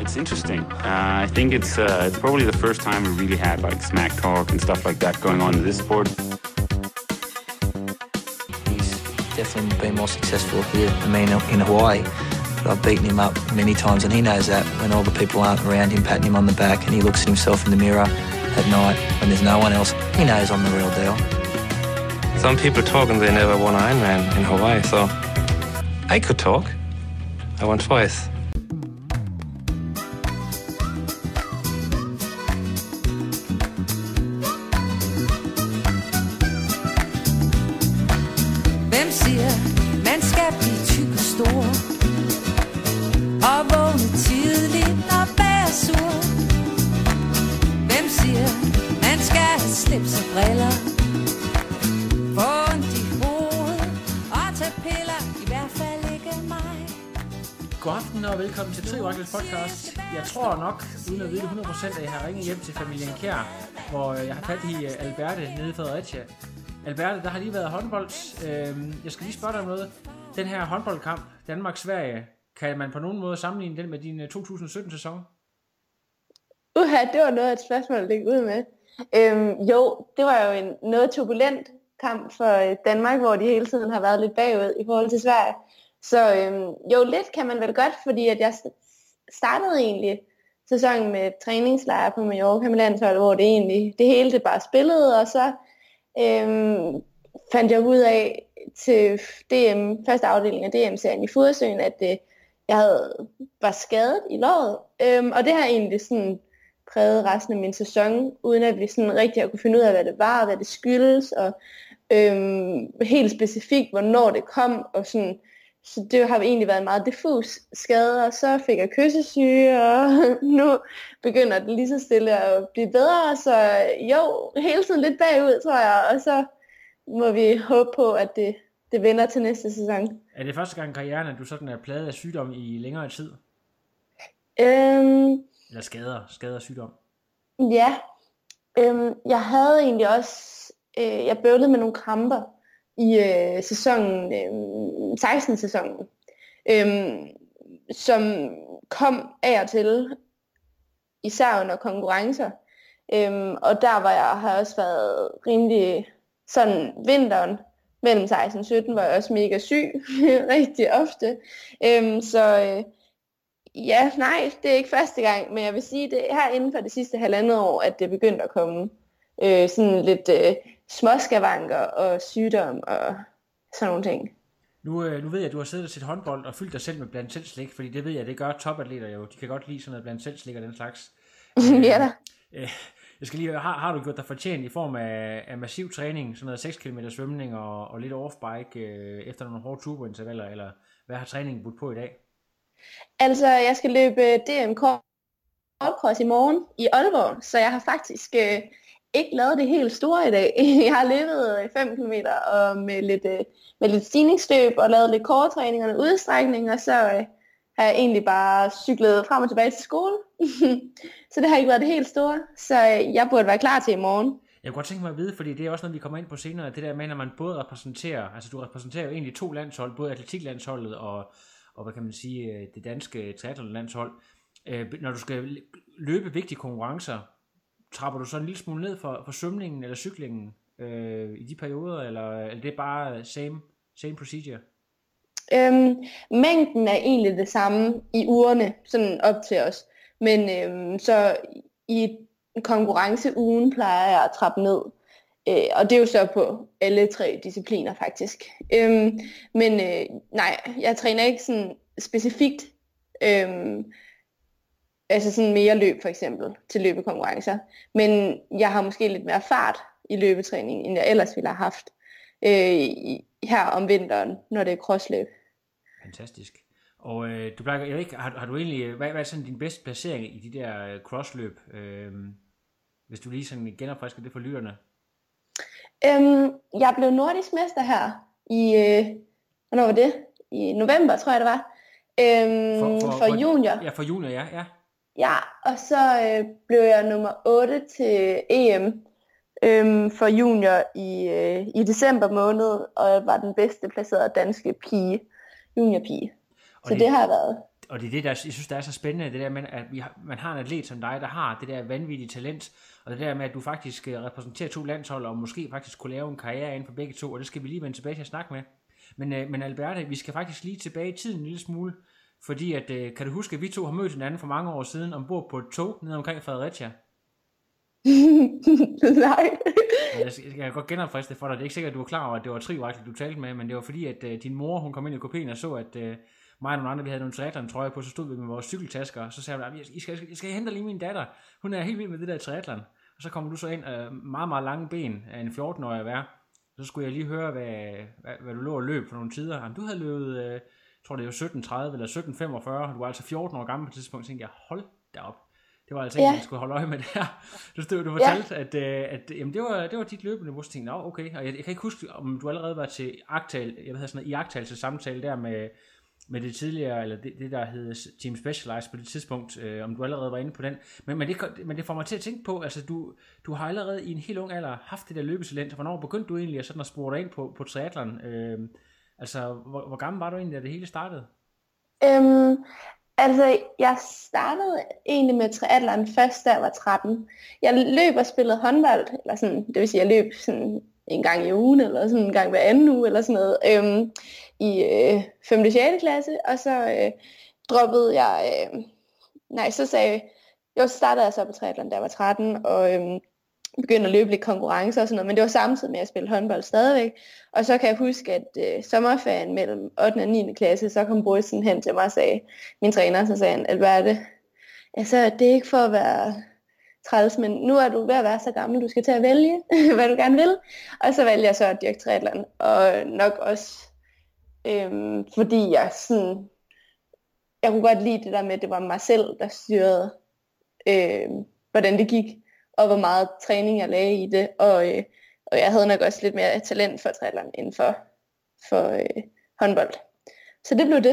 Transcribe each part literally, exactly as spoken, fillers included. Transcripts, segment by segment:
it's interesting. Uh, I think it's uh, it's probably the first time we really had like smack talk and stuff like that going on in this sport. He's definitely been more successful here than me in Hawaii. But I've beaten him up many times, and he knows that when all the people aren't around him patting him on the back and he looks at himself in the mirror at night when there's no one else, he knows I'm the real deal. Some people talk and they never won Ironman in Hawaii, so I could talk. I won twice. Hvem siger, man skal blive tyk og stor og vågne tidligt og være sur? Hvem siger, man skal have slips og briller, få ondt i hovedet og tage piller, i hvert fald ikke mig. God aften og velkommen til Trioraklets podcast. Jeg tror nok, uden at vide det hundrede procent, at jeg har ringet hjem til familien Kjær, hvor jeg har fat i Alberte nede i Fredericia. Alberte, der har lige været håndbold. Jeg skal lige spørge dig om noget. Den her håndboldkamp, Danmark-Sverige, kan man på nogen måde sammenligne den med din to tusind sytten-sæson? Uha, det var noget af et spørgsmål at lægge ud med. Øhm, jo, det var jo en noget turbulent kamp for Danmark, hvor de hele tiden har været lidt bagud i forhold til Sverige. Så øhm, jo, lidt kan man vel godt, fordi at jeg startede egentlig sæsonen med træningslejre på Mallorca med landsholdet, hvor det egentlig det hele det bare spillede, og så øhm, fandt jeg ud af til D M, første afdeling af D M-serien i Furesøen, at øh, jeg havde, var skadet i låret, øhm, og det har egentlig sådan præget resten af min sæson, uden at vi sådan rigtig har kunne finde ud af, hvad det var, og hvad det skyldes, og øhm, helt specifikt, hvornår det kom, og sådan. Så det har egentlig været en meget diffus skade, og så fik jeg kyssesyge, og nu begynder det lige så stille at blive bedre, så jo, hele tiden lidt bagud, tror jeg, og så må vi håbe på, at det, det vender til næste sæson. Er det første gang i karrieren, at du sådan er plaget af sygdom i længere tid? Øhm, Eller skader, skader og sygdom? Ja, øhm, jeg havde egentlig også, øh, jeg bøvlede med nogle kramper i øh, sæsonen, øh, seksten-sæsonen, øh, som kom af og til, især under konkurrencer. Øh, og der var jeg, har også været rimelig sådan vinteren mellem seksten og sytten, var jeg også mega syg, rigtig ofte. Øh, så øh, ja, nej, det er ikke første gang, men jeg vil sige, det er her inden for det sidste halvandet år, at det begyndte at komme øh, sådan lidt øh, småskavanker og sygdom og sådan nogle ting. Nu, øh, nu ved jeg, at du har siddet og set håndbold og fyldt dig selv med blandt selv slik, fordi det ved jeg, det gør topatleter jo. De kan godt lide sådan noget blandt selv slik og den slags. Ja da. Øh, jeg skal lige, har, har du gjort dig fortjent i form af, af massiv træning, sådan noget seks kilometer svømning og, og lidt off-bike øh, efter nogle hårde turbointervaller, eller hvad har træningen budt på i dag? Altså, jeg skal løbe D M Cross i morgen i Aalborg, så jeg har faktisk øh, ikke lavet det helt store i dag. Jeg har løbet fem kilometer og med lidt, øh, med lidt stigningsløb og lavet lidt core-træning og udstrækning, og så øh, har jeg egentlig bare cyklet frem og tilbage til skole. Så det har ikke været det helt store, så øh, jeg burde være klar til i morgen. Jeg kunne godt tænke mig at vide, fordi det er også noget, vi kommer ind på senere, det der med, når man både repræsenterer, altså du repræsenterer jo egentlig to landshold, både atletiklandsholdet og, og hvad kan man sige, det danske triathlonlandshold. Når du skal løbe vigtige konkurrencer, trapper du så en lille smule ned for, for svømningen eller cyklingen øh, i de perioder, eller er det bare same, same procedure? Øhm, mængden er egentlig det samme i ugerne, sådan op til os. Men øhm, så i konkurrenceugen plejer jeg at trappe ned. Øh, og det er jo så på alle tre discipliner faktisk. Øhm, men øh, nej, jeg træner ikke sådan specifikt, øhm, altså sådan mere løb for eksempel til løbekonkurrencer. Men jeg har måske lidt mere fart i løbetræning, end jeg ellers ville have haft øh, her om vinteren, når det er crossløb. Fantastisk. Og øh, du plejer, jeg ved ikke, har, har du egentlig, hvad, hvad er sådan din bedste placering i de der øh, crossløb, øh, hvis du lige sådan genopfrisker det for lytterne? Øhm, jeg blev nordisk mester her i, øh, hvornår var det? I november, tror jeg det var, øhm, for, for, for junior. Ja, for junior, ja. Ja, ja og så øh, blev jeg nummer otte til E M øhm, for junior i, øh, i december måned, og jeg var den bedste placerede danske pige, juniorpige. Så det, det har været. og det er det, der, jeg synes, der er så spændende, det der med, at vi har, man har en atlet som dig, der har det der vanvittige talent, og det der med, at du faktisk repræsenterer to landshold, og måske faktisk kunne lave en karriere inden for begge to, og det skal vi lige vende tilbage til at snakke med. Men, øh, men Alberte, vi skal faktisk lige tilbage i tiden en lille smule, fordi at, øh, kan du huske, at vi to har mødt hinanden for mange år siden ombord på et tog nede omkring Fredericia? Nej. Jeg, jeg kan godt genopfriske det for dig. Det er ikke sikkert, at du var klar over, at det var Trioraklet, du talte med, men det var fordi, at uh, din mor, hun kom ind i kopien og så, at uh, mig og nogle andre, vi havde nogle triathlon-trøjer på, så stod vi med vores cykeltasker, og så sagde hun, I skal, I skal hente lige min datter. Hun er helt vild med det der triathlon. Og så kommer du så ind uh, meget, meget lange ben af en fjorten-årig at være. Så skulle jeg lige høre, hvad, hvad, hvad du lå og løb for nogle tider. Jamen, du havde løbet, uh, jeg tror det var sytten tredive eller sytten femogfyrre. Du var altså fjorten år gammel på et tidspunkt, så tænkte jeg, hold da op. Det var altså ikke, ja. Man skulle holde øje med det her. Du, stod, du fortalte, ja. at, at jamen, det, var, det var dit løbende, hvor jeg tænkte, okay. Og jeg, jeg kan ikke huske, om du allerede var til agtal, jeg ved sådan noget, i agtagelse samtale der med, med det tidligere, eller det, det der hed Team Specialized på det tidspunkt, øh, om du allerede var inde på den. Men, men, det, men det får mig til at tænke på, altså du, du har allerede i en helt ung alder haft det der løbetalent. Hvornår begyndte du egentlig at, sådan at spore dig ind på, på triathlon? Øh, altså, hvor, hvor gammel var du egentlig, da det hele startede? Øhm, altså, jeg startede egentlig med triathlon først, da jeg var tretten. Jeg løb og spillede håndbold, eller sådan, det vil sige, jeg løb sådan en gang i ugen, eller sådan en gang hver anden uge, eller sådan noget, øhm, i øh, femte og sjette klasse, og så øh, droppede jeg, øh, nej, så sagde jeg, jo, så startede jeg så på triathlon, da jeg var tretten, og øh, begyndte at løbe lidt konkurrencer og sådan noget, men det var samtidig med at spille håndbold stadigvæk. Og så kan jeg huske, at øh, sommerferien mellem ottende og niende klasse, så kom Boysen hen til mig og sagde, min træner, så sagde han, Alberte, altså det er ikke for at være træls, men nu er du ved at være så gammel, du skal til at vælge, hvad du gerne vil. Og så valgte jeg så at dyrke triathlon, og nok også, øhm, fordi jeg sådan, jeg kunne godt lide det der med, at det var mig selv, der styrede, øh, hvordan det gik, og hvor meget træning jeg lagde i det, og, øh, og jeg havde nok også lidt mere talent for triathlon end for, for øh, håndbold. Så det blev det.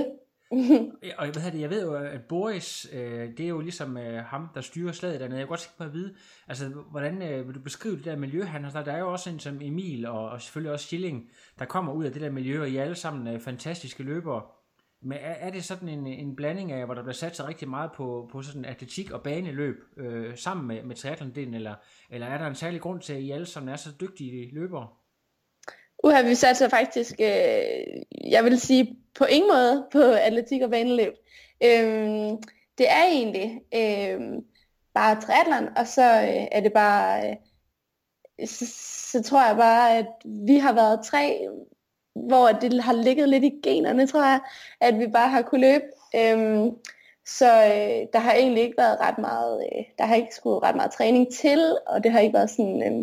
Og hvad hedder det, jeg ved jo, at Boris, øh, det er jo ligesom øh, ham, der styrer slaget dernede. Jeg kunne godt tænke mig at vide, altså, hvordan øh, vil du beskrive det der miljø, han har? Der er jo også en som Emil, og, og selvfølgelig også Schilling, der kommer ud af det der miljø, og I er alle sammen øh, fantastiske løbere. Men er, er det sådan en, en blanding af, hvor der bliver sat sig rigtig meget på, på sådan atletik og baneløb øh, sammen med, med triathlon-delen, eller, eller er der en særlig grund til, at I alle sammen er så dygtige løbere? Uha, vi satser faktisk, øh, jeg vil sige, på ingen måde på atletik og baneløb. Øhm, det er egentlig øh, bare triathlon, og så øh, er det bare, øh, så, så tror jeg bare, at vi har været tre, hvor det har ligget lidt i generne, tror jeg, at vi bare har kunne løbe. Øhm, så øh, der har egentlig ikke været ret meget, øh, der har ikke skulle ret meget træning til, og det har ikke været sådan, øh,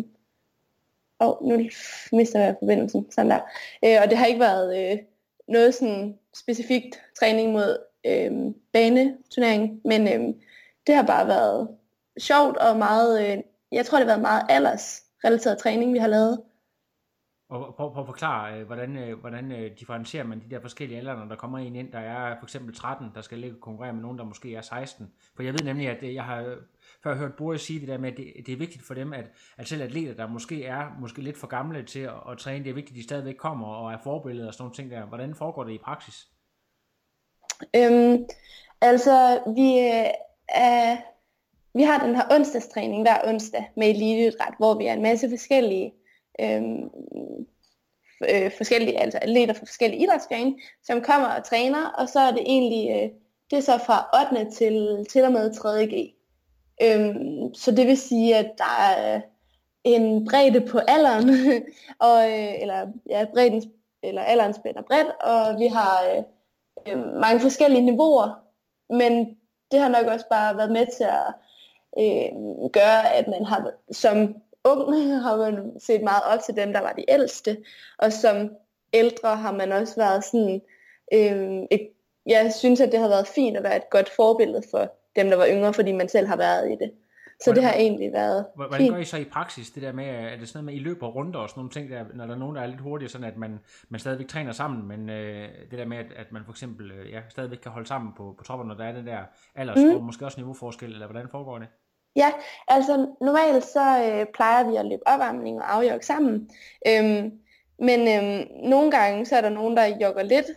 åh, oh, nu mister jeg forbindelsen, sådan der. Øh, og det har ikke været øh, noget sådan specifikt træning mod øh, baneturnering, men øh, det har bare været sjovt og meget, øh, jeg tror det har været meget aldersrelateret træning, vi har lavet. Og prøv, prøv at forklare, hvordan, hvordan differentierer man de der forskellige aldre, når der kommer en ind, der er for eksempel tretten, der skal ligge og konkurrere med nogen, der måske er seksten. For jeg ved nemlig, at jeg har før hørt Boris sige det der med, at det, det er vigtigt for dem, at, at selv atleter, der måske er måske lidt for gamle til at, at træne, det er vigtigt, at de stadigvæk kommer og er forbilleder og sådan nogle ting der. Hvordan foregår det i praksis? Øhm, altså, vi, øh, vi har den her onsdagstræning hver onsdag med eliteidræt, hvor vi er en masse forskellige Øhm, øh, forskellige altså atleter fra forskellige idrætsgrene, som kommer og træner, og så er det egentlig øh, det er så fra ottende til til og med tredje G. Øhm, så det vil sige, at der er en bredde på alderen, og øh, eller ja, bredden eller alderen spænder bredt, og vi har øh, øh, mange forskellige niveauer, men det har nok også bare været med til at øh, gøre, at man har som ung har man set meget op til dem, der var de ældste, og som ældre har man også været sådan, øh, et, jeg synes, at det har været fint at være et godt forbillede for dem, der var yngre, fordi man selv har været i det. Så hvordan, det har egentlig været hvordan fint. Gør I så i praksis det der med, er det sådan noget med, I løber runder og sådan nogle ting, der, når der er nogen, der er lidt hurtigere, sådan at man, man stadigvæk træner sammen, men øh, det der med, at, at man for eksempel øh, ja, stadigvæk kan holde sammen på, på toppen, når der er den der alders, mm. og måske også niveauforskel, eller hvordan foregår det? Ja, altså normalt så øh, plejer vi at løbe opvarmning og afjog sammen, øhm, men øhm, nogle gange så er der nogen, der jogger lidt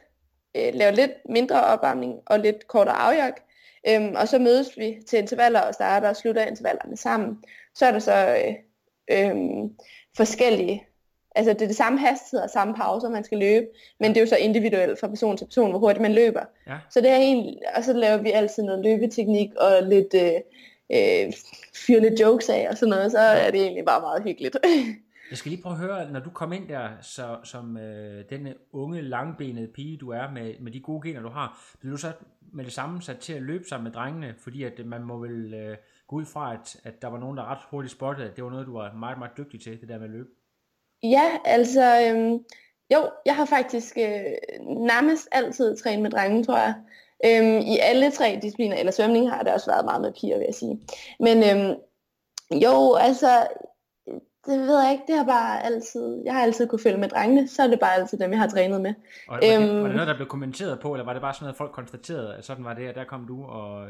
øh, laver lidt mindre opvarmning og lidt kortere afjog. Øhm, og så mødes vi til intervaller og starter og slutter intervallerne sammen. Så er der så øh, øh, forskellige, altså det er det samme hastighed og samme pauser, man skal løbe, men det er jo så individuelt fra person til person, hvor hurtigt man løber. Ja. Så det er egentlig, og så laver vi altid noget løbeteknik og lidt øh, øh, fyre lidt jokes af og sådan noget, så er det egentlig bare meget hyggeligt. Jeg skal lige prøve at høre, når du kom ind der så, som øh, denne unge, langbenede pige, du er med, med de gode gener, du har, blev du så med det samme sat til at løbe sammen med drengene, fordi at man må vel øh, gå ud fra, at, at der var nogen, der ret hurtigt spottede, at det var noget, du var meget, meget dygtig til, det der med at løbe? Ja, altså, øhm, jo, jeg har faktisk øh, nærmest altid trænet med drenge, tror jeg. Øhm, I alle tre discipliner, eller svømning har det også været meget med piger, vil jeg sige. Men øhm, jo, altså... Det ved jeg ikke, det har bare altid, jeg har altid kunne følge med drengene, så er det bare altid dem, jeg har trænet med. Og var, det, øhm, var det noget, der blev kommenteret på, eller var det bare sådan noget, folk konstaterede, at sådan var det, og der kom du, og,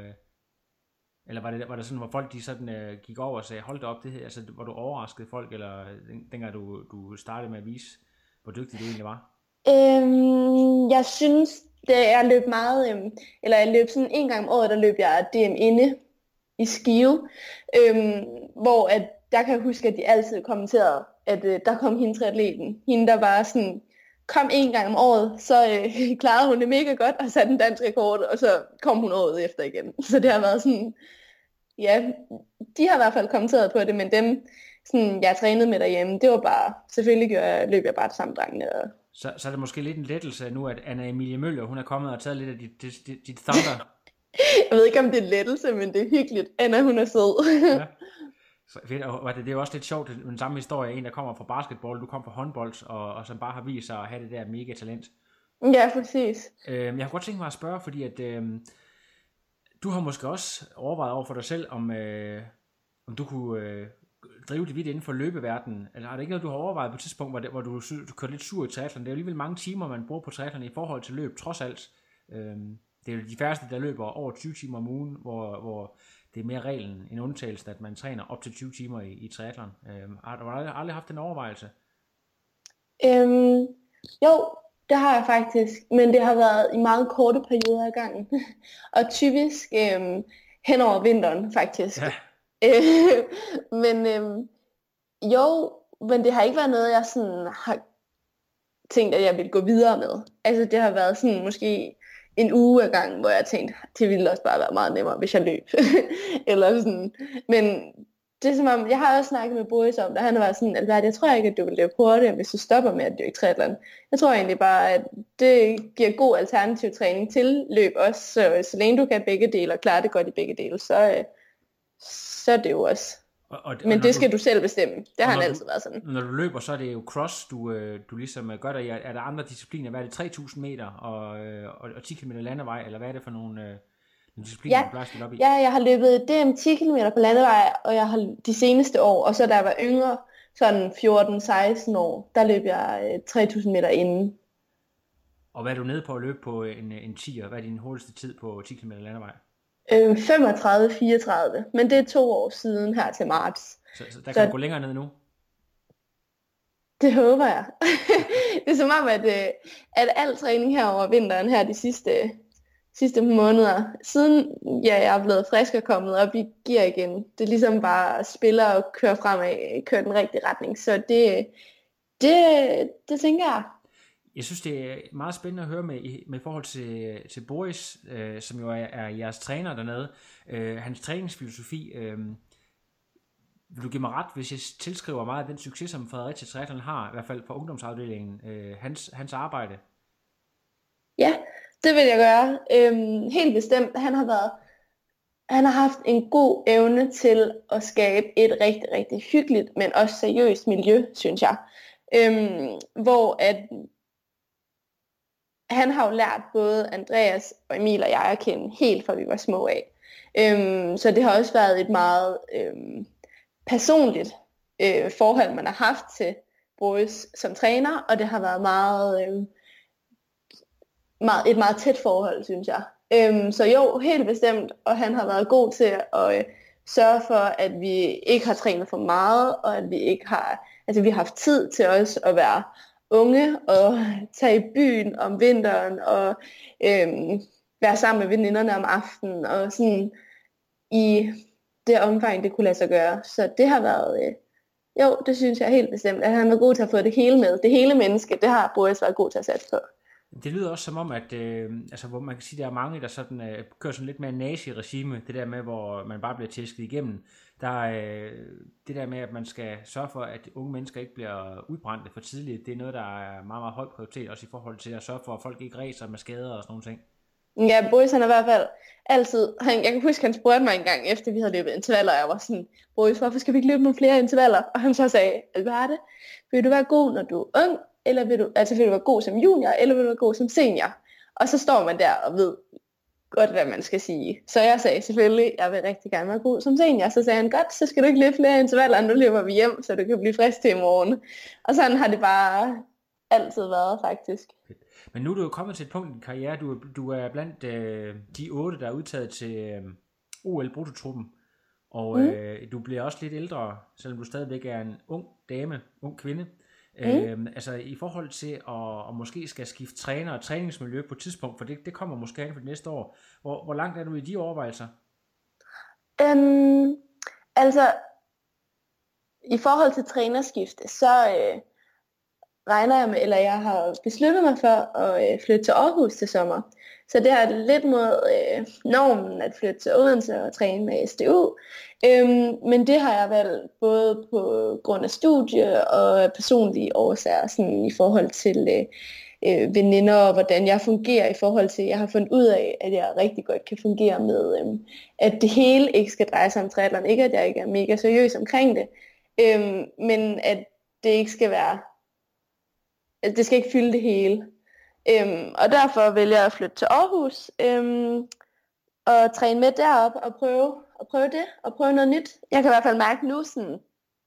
eller var det, var det sådan, hvor folk de sådan uh, gik over og sagde, hold da op, det her, altså hvor du overraskede folk, eller dengang du, du startede med at vise, hvor dygtig du egentlig var? Øhm, jeg synes, det jeg løb meget, øhm, eller jeg løb sådan en gang om året, der løb jeg D M inde i Skive, øhm, hvor at der kan jeg huske, at de altid kommenterede, at øh, der kom hende triatleten. Hende, der bare sådan, kom en gang om året, så øh, klarede hun det mega godt, og satte en dansk rekord, og så kom hun året efter igen. Så det har været sådan, ja, de har i hvert fald kommenteret på det, men dem, sådan, jeg trænede med derhjemme, det var bare, selvfølgelig gør jeg, løb jeg bare sammen med drengene. Og... Så, så er det måske lidt en lettelse nu, at Anna Emilie Møller, hun er kommet og taget lidt af dit, dit, dit thunder. Jeg ved ikke, om det er en lettelse, men det er hyggeligt. Anna, hun er sød. Ja. Så, og det er jo også lidt sjovt, den samme historie, en der kommer fra basketball, du kom fra håndbold, og, og som bare har vist sig at have det der mega talent. Ja, præcis. Øhm, jeg har godt tænkt mig at spørge, fordi at øhm, du har måske også overvejet over for dig selv, om, øh, om du kunne øh, drive det vidt inden for løbeverdenen. Eller har det ikke noget, du har overvejet på et tidspunkt, hvor, det, hvor du, du kørte lidt sur i triathlon? Det er jo alligevel mange timer, man bruger på triathlon i forhold til løb, trods alt. Øhm, det er jo de færreste, der løber over tyve timer om ugen, hvor... hvor det er mere reglen end undtagelsen, at man træner op til tyve timer i, i triathlon. Øhm, har du aldrig, aldrig haft den overvejelse? Øhm, jo, det har jeg faktisk, men det har været i meget korte perioder af gangen. Og typisk øhm, hen over vinteren, faktisk. Ja. Øh, men øhm, jo, men det har ikke været noget, jeg sådan har tænkt, at jeg ville gå videre med. Altså det har været sådan måske... en uge ad gangen, hvor jeg tænkte, det ville også bare være meget nemmere, hvis jeg løb. Eller sådan. Men det er som om, jeg har også snakket med Boris om det, han har været sådan, Albert, jeg tror ikke, at du vil løbe hurtigt, hvis du stopper med at dyrke triathlon. Jeg tror egentlig bare, at det giver god alternativ træning til løb også, så, så længe du kan begge dele, og klare det godt i begge dele, så, så er det jo også. Og, og, Men og det skal du, du selv bestemme. Det har han altid du, været sådan. Når du løber, så er det jo cross, du, du ligesom gør der. Er der andre discipliner? Hvad er det? tre tusind meter og, og, og ti kilometer landevej? Eller hvad er det for nogle, nogle discipliner, ja. du plejer at stille op i? Ja, jeg har løbet D M ti kilometer på landevej, og jeg har de seneste år, og så da jeg var yngre, sådan fjorten seksten år, der løb jeg tre tusind meter inden. Og hvad er du nede på at løbe på en, en tier? Hvad er din hurtigste tid på ti kilometer landevej? femogtredive fireogtredive, men det er to år siden her til marts. Så, så der kan så, du gå længere ned nu? Det håber jeg. Det er som om, at, at al træning her over vinteren, her de sidste, sidste måneder, siden ja, jeg er blevet frisk og kommet op i gear igen, det er ligesom bare spiller og køre fremad, køre den rigtige retning. Så det, det, det tænker jeg. Jeg synes, det er meget spændende at høre med, med forhold til, til Boris, øh, som jo er, er jeres træner dernede. Øh, hans træningsfilosofi, øh, vil du give mig ret, hvis jeg tilskriver meget af den succes, som Fredericia Triathlon har, i hvert fald på ungdomsafdelingen, øh, hans, hans arbejde? Ja, det vil jeg gøre. Øhm, helt bestemt. Han har været, han har haft en god evne til at skabe et rigtig, rigtig hyggeligt, men også seriøst miljø, synes jeg. Øhm, hvor at han har jo lært både Andreas og Emil og jeg at kende helt fra vi var små af. Øhm, så det har også været et meget øhm, personligt øh, forhold, man har haft til Boris som træner, og det har været meget, øhm, meget, et meget tæt forhold, synes jeg. Øhm, så jo, helt bestemt, og han har været god til at øh, sørge for, at vi ikke har trænet for meget, og at vi ikke har, altså vi har haft tid til os at være unge og tage i byen om vinteren og øhm, være sammen med veninderne om aftenen og sådan i det omfang, det kunne lade sig gøre. Så det har været, øh, jo, det synes jeg helt bestemt, at han var god til at få det hele med. Det hele menneske, det har Boris været god til at sætte på. Det lyder også som om, at øh, altså, hvor man kan sige, at der er mange, der sådan, øh, kører sådan lidt mere nazi-regime, det der med, hvor man bare bliver tæsket igennem. Der er øh, det der med, at man skal sørge for, at unge mennesker ikke bliver udbrændte for tidligt. Det er noget, der er meget, meget høj prioritet, også i forhold til at sørge for, at folk ikke ræser med skader og sådan nogle ting. Ja, Boris han er i hvert fald altid, han, jeg kan huske, han spurgte mig en gang, efter vi havde løbet intervaller, og jeg var sådan, Boris, hvorfor skal vi ikke løbe nogle flere intervaller? Og han så sagde, hvad er det? Vil du være god, når du er ung, eller vil du, altså vil du være god som junior, eller vil du være god som senior? Og så står man der og ved godt, hvad man skal sige. Så jeg sagde selvfølgelig, jeg vil rigtig gerne være god som senior. Så sagde han, godt, så skal du ikke løbe flere intervaller, nu løber vi hjem, så du kan blive frisk til i morgen. Og sådan har det bare altid været, faktisk. Men nu er du jo kommet til et punkt i din karriere, du, du er blandt øh, de otte, der er udtaget til øh, O L-brutotruppen, og mm. øh, du bliver også lidt ældre, selvom du stadigvæk er en ung dame, ung kvinde. Mm. Øh, altså i forhold til at, at måske skal skifte træner og træningsmiljø på et tidspunkt, for det, det kommer måske an for det næste år. Hvor, hvor langt er du i de overvejelser? Um, altså, i forhold til trænerskifte, så... Øh, regner jeg med, eller jeg har besluttet mig for at øh, flytte til Aarhus til sommer. Så det er lidt mod øh, normen at flytte til Odense og træne med S D U. Øhm, men det har jeg valgt både på grund af studie og personlige årsager, sådan i forhold til øh, veninder og hvordan jeg fungerer i forhold til, jeg har fundet ud af, at jeg rigtig godt kan fungere med, øh, at det hele ikke skal dreje sig om triathlon. Ikke at jeg ikke er mega seriøs omkring det, øh, men at det ikke skal være det skal ikke fylde det hele. Øhm, og derfor vælger jeg at flytte til Aarhus øhm, og træne med derop og prøve, og prøve det og prøve noget nyt. Jeg kan i hvert fald mærke nu, sådan,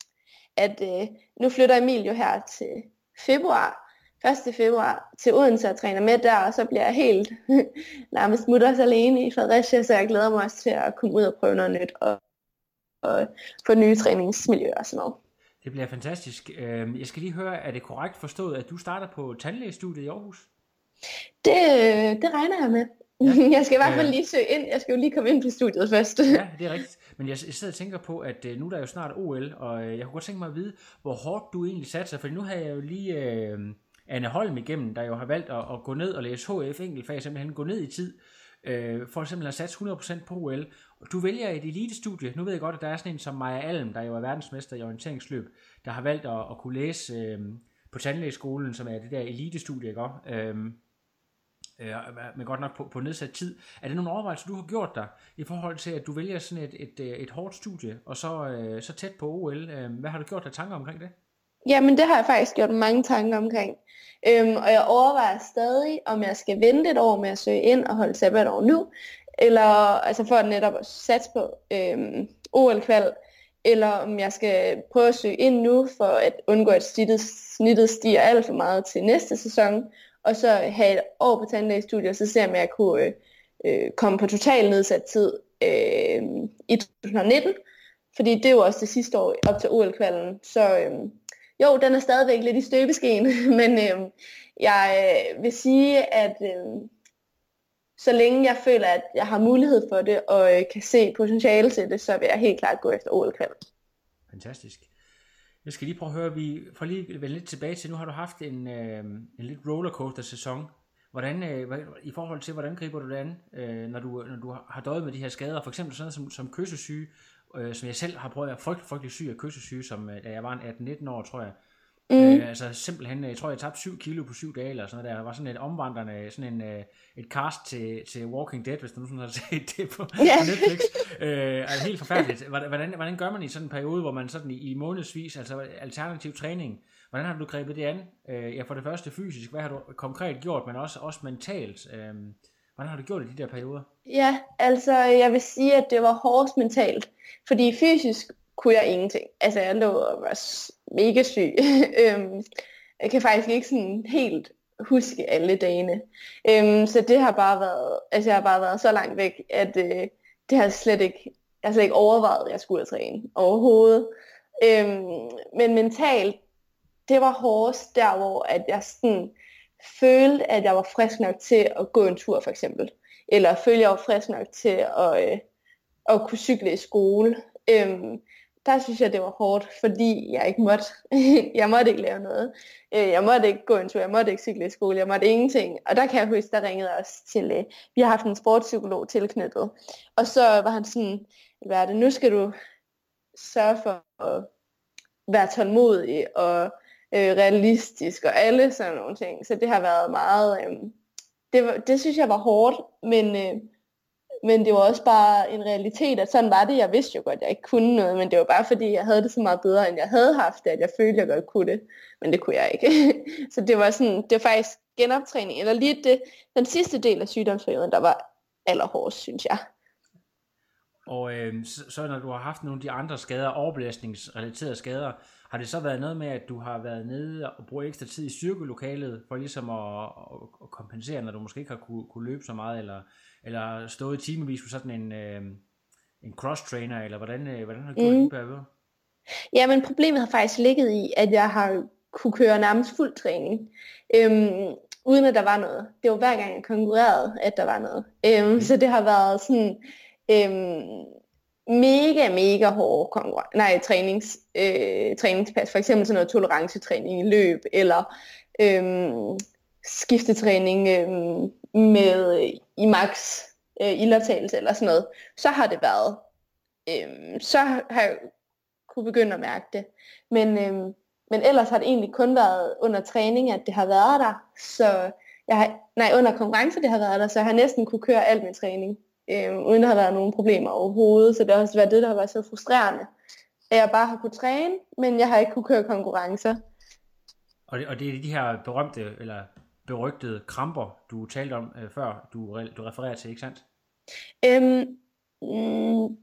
at øh, nu flytter Emil jo her til februar, første februar til Odense og træner med der, og så bliver jeg helt nærmest mutters alene i Fredericia, så jeg glæder mig også til at komme ud og prøve noget nyt og, og få nye træningsmiljøer og sådan noget. Det bliver fantastisk. Jeg skal lige høre, er det korrekt forstået, at du starter på tandlægestudiet i Aarhus? Det, det regner jeg med. Ja. Jeg skal i hvert fald lige søge ind. Jeg skal jo lige komme ind på studiet først. Ja, det er rigtigt. Men jeg sidder og tænker på, at nu er der jo snart O L, og jeg kunne godt tænke mig at vide, hvor hårdt du egentlig satser. For nu har jeg jo lige øh, Anne Holm igennem, der jo har valgt at, at gå ned og læse H F enkeltfag, simpelthen gå ned i tid. Øh, for eksempel at satse hundrede procent på O L. Du vælger et elitestudie. Nu ved jeg godt, at der er sådan en som Maja Alm, der jo er verdensmester i orienteringsløb, der har valgt at, at kunne læse øh, på tandlægeskolen, som er det der elitestudie, ikke? Øh, øh, men godt nok på, på nedsat tid. Er det nogle overvejelser, du har gjort dig i forhold til, at du vælger sådan et, et, et, et hårdt studie, og så, øh, så tæt på O L? Øh, hvad har du gjort dig tanker omkring det? Jamen det har jeg faktisk gjort mange tanker omkring. Øhm, og jeg overvejer stadig, om jeg skal vente et år med at søge ind og holde sabbatår nu, eller altså for at netop at satse på øhm, O L-kval, eller om jeg skal prøve at søge ind nu, for at undgå at snittet, snittet stiger alt for meget til næste sæson, og så have et år på tandlægestudiet, og så se om jeg kunne øh, komme på total nedsat tid øh, i to tusind og nitten, fordi det er jo også det sidste år op til O L-kvalen, så... Øh, Jo, den er stadigvæk lidt i støbeskeen, men øh, jeg øh, vil sige, at øh, så længe jeg føler, at jeg har mulighed for det, og øh, kan se potentiale til det, så vil jeg helt klart gå efter O L-kvalden. Fantastisk. Jeg skal lige prøve at høre, vi får lige vende lidt tilbage til, nu har du haft en, øh, en lidt rollercoaster-sæson. Hvordan, øh, i forhold til, hvordan griber du det an, øh, når, du, når du har døjet med de her skader, for eksempel sådan som, som kyssesyge, øh, som jeg selv har prøvet, jeg er frygtelig, frygtelig syg af kyssesyge, som øh, da jeg var atten nitten år, tror jeg. Mm. Øh, altså simpelthen, jeg tror jeg tabte syv kilo på syv dage, eller sådan noget der. Der var sådan et omvandrende, sådan en, øh, et cast til, til Walking Dead, hvis du nu sådan har set det på, yeah. på Netflix. Øh, altså helt forfærdeligt. Hvordan, hvordan gør man i sådan en periode, hvor man sådan i, i månedsvis, altså alternativ træning, hvordan har du grebet det an? Øh, ja, for det første fysisk, hvad har du konkret gjort, men også, også mentalt? Øh, hvordan har du gjort i de der perioder? Ja, altså jeg vil sige, at det var hårdest mentalt, fordi fysisk kunne jeg ingenting. Altså jeg lå og var mega syg. øhm, jeg kan faktisk ikke sådan helt huske alle dagene. Øhm, så det har bare været, altså jeg har bare været så langt væk, at øh, det har slet ikke, jeg har slet ikke overvejet, at jeg skulle ud og træne overhovedet. Øhm, men mentalt, det var hårdest der, hvor at jeg sådan følte, at jeg var frisk nok til at gå en tur, for eksempel. Eller følte, at jeg var frisk nok til at, øh, at kunne cykle i skole. Øhm, der synes jeg, det var hårdt, fordi jeg ikke måtte. jeg måtte ikke lave noget. Øh, jeg måtte ikke gå en tur, jeg måtte ikke cykle i skole, jeg måtte ingenting. Og der kan jeg huske, der ringede også til, øh, vi har haft en sportspsykolog tilknyttet. Og så var han sådan, hvad er det, nu skal du sørge for at være tålmodig og øh, realistisk og alle sådan nogle ting. Så det har været meget, øh, det, var, det synes jeg var hårdt, men... Øh, Men det var også bare en realitet, at sådan var det. Jeg vidste jo godt, at jeg ikke kunne noget, men det var bare fordi, jeg havde det så meget bedre, end jeg havde haft det, at jeg følte, at jeg godt kunne det. Men det kunne jeg ikke. Så det var sådan, det var faktisk genoptræning, eller lige det, den sidste del af sygdomsperioden, der var allerhårdest, synes jeg. Og øh, så, så når du har haft nogle af de andre skader, overbelastningsrelaterede skader, har det så været noget med, at du har været nede og brugt ekstra tid i styrkelokalet, for ligesom at, at kompensere, når du måske ikke har kunne, kunne løbe så meget, eller, eller stået i timevis på sådan en, øh, en cross-trainer, eller hvordan, øh, hvordan har du gjort mm. det på? Ja, men problemet har faktisk ligget i, at jeg har kunne køre nærmest fuld træning, øhm, uden at der var noget. Det var hver gang jeg konkurrerede, at der var noget. Øhm, mm. Så det har været sådan... Øhm, mega, mega hårde konkurren- nej, trænings, øh, træningspas. For eksempel sådan noget tolerancetræning i løb, eller øhm, skiftetræning øhm, med øh, i max øh, ildoptagelse eller sådan noget. Så har det været, øhm, så har jeg kunne begynde at mærke det. Men, øhm, men ellers har det egentlig kun været under træning, at det har været der. Så jeg har, nej, under konkurrence det har været der, så jeg har næsten kunne køre alt min træning. Øh, uden at have været nogen problemer overhovedet, så det har også været det, der har været så frustrerende, at jeg bare har kunne træne, men jeg har ikke kunne køre konkurrencer. Og det, og det er de her berømte, eller berygtede kramper, du talte om øh, før, du, du refererer til, ikke sandt? Øhm, mm,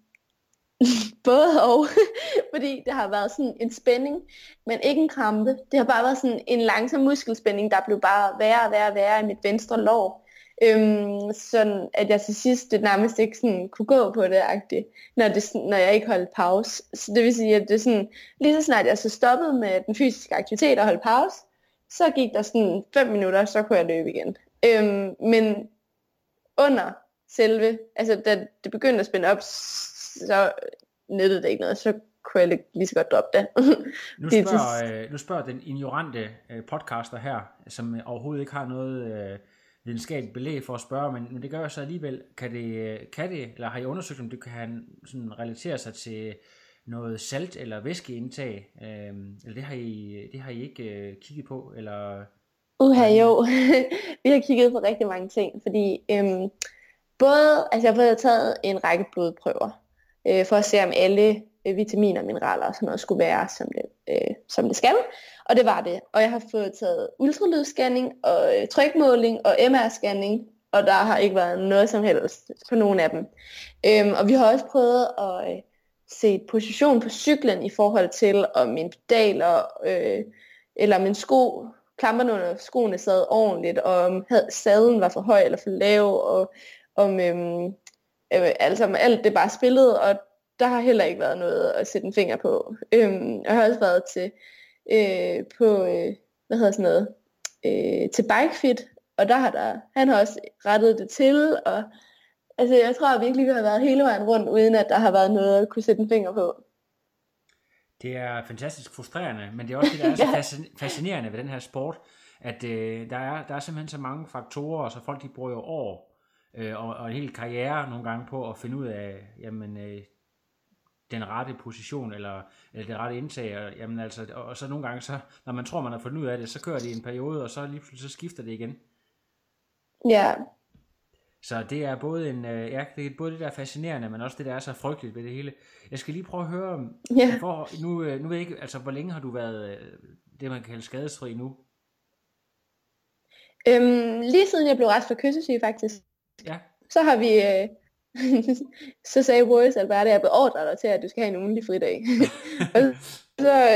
både og, fordi det har været sådan en spænding, men ikke en krampe. Det har bare været sådan en langsom muskelspænding, der blev bare værre og værre og værre i mit venstre lår. Øhm, sådan at jeg til sidst det nærmest ikke sådan kunne gå på det, når, det når jeg ikke holdt pause. Så det vil sige, at det sådan, lige så snart jeg så stoppede med den fysiske aktivitet og holdt pause, så gik der sådan fem minutter, så kunne jeg løbe igen. Øhm, men under selve, altså da det begyndte at spænde op, så nyttede det ikke noget, så kunne jeg lige så godt droppe det. Nu spørger, øh, nu spørger den ignorante øh, podcaster her, som overhovedet ikke har noget... Øh, videnskabeligt belæg for at spørge, men, men det gør så alligevel, kan det, kan det, eller har I undersøgt, om det kan sådan relatere sig til noget salt- eller væskeindtag, øhm, eller det har I, det har I ikke øh, kigget på, eller? Uha, jo. Vi har kigget på rigtig mange ting, fordi øhm, både, altså jeg har fået taget en række blodprøver, øh, for at se om alle øh, vitaminer og mineraler og sådan noget skulle være, som det, øh, som det skal. Og det var det. Og jeg har fået taget ultralydsscanning og øh, trykmåling og M R-scanning, og der har ikke været noget som helst på nogen af dem. Øhm, og vi har også prøvet at øh, se position på cyklen i forhold til, om mine pedaler øh, eller min sko, klamperne under skoene sad ordentligt, og om sadlen var for høj eller for lav, og om øhm, øh, altså om alt det bare spillede, og der har heller ikke været noget at sætte en finger på. Øhm, jeg har også været til Øh, på, øh, hvad hedder sådan noget, øh, til BikeFit, og der har der, han har også rettet det til, og altså jeg tror virkelig, vi har været hele vejen rundt, uden at der har været noget at kunne sætte en finger på. Det er fantastisk frustrerende, men det er også det, der er så ja. fascinerende ved den her sport, at øh, der, er, der er simpelthen så mange faktorer, så folk de bruger jo år, øh, og, og en hel karriere nogle gange på at finde ud af, jamen, øh, den rette position, eller, eller det rette indtag, og, jamen altså, og, og så nogle gange, så, når man tror, man har fundet ud af det, så kører det i en periode, og så lige pludselig så skifter det igen. Ja. Så det er både en, ja, det er både det der er fascinerende, men også det der er så frygteligt ved det hele. Jeg skal lige prøve at høre, ja. for, nu, nu ved jeg ikke, altså hvor længe har du været det, man kan kalde skadesfri nu? Øhm, lige siden jeg blev rask for kyssesyge faktisk. Ja. Så har vi... Øh... så sagde Boris Albert, jeg beordrer dig til, at du skal have en ugenlig fridag. og så,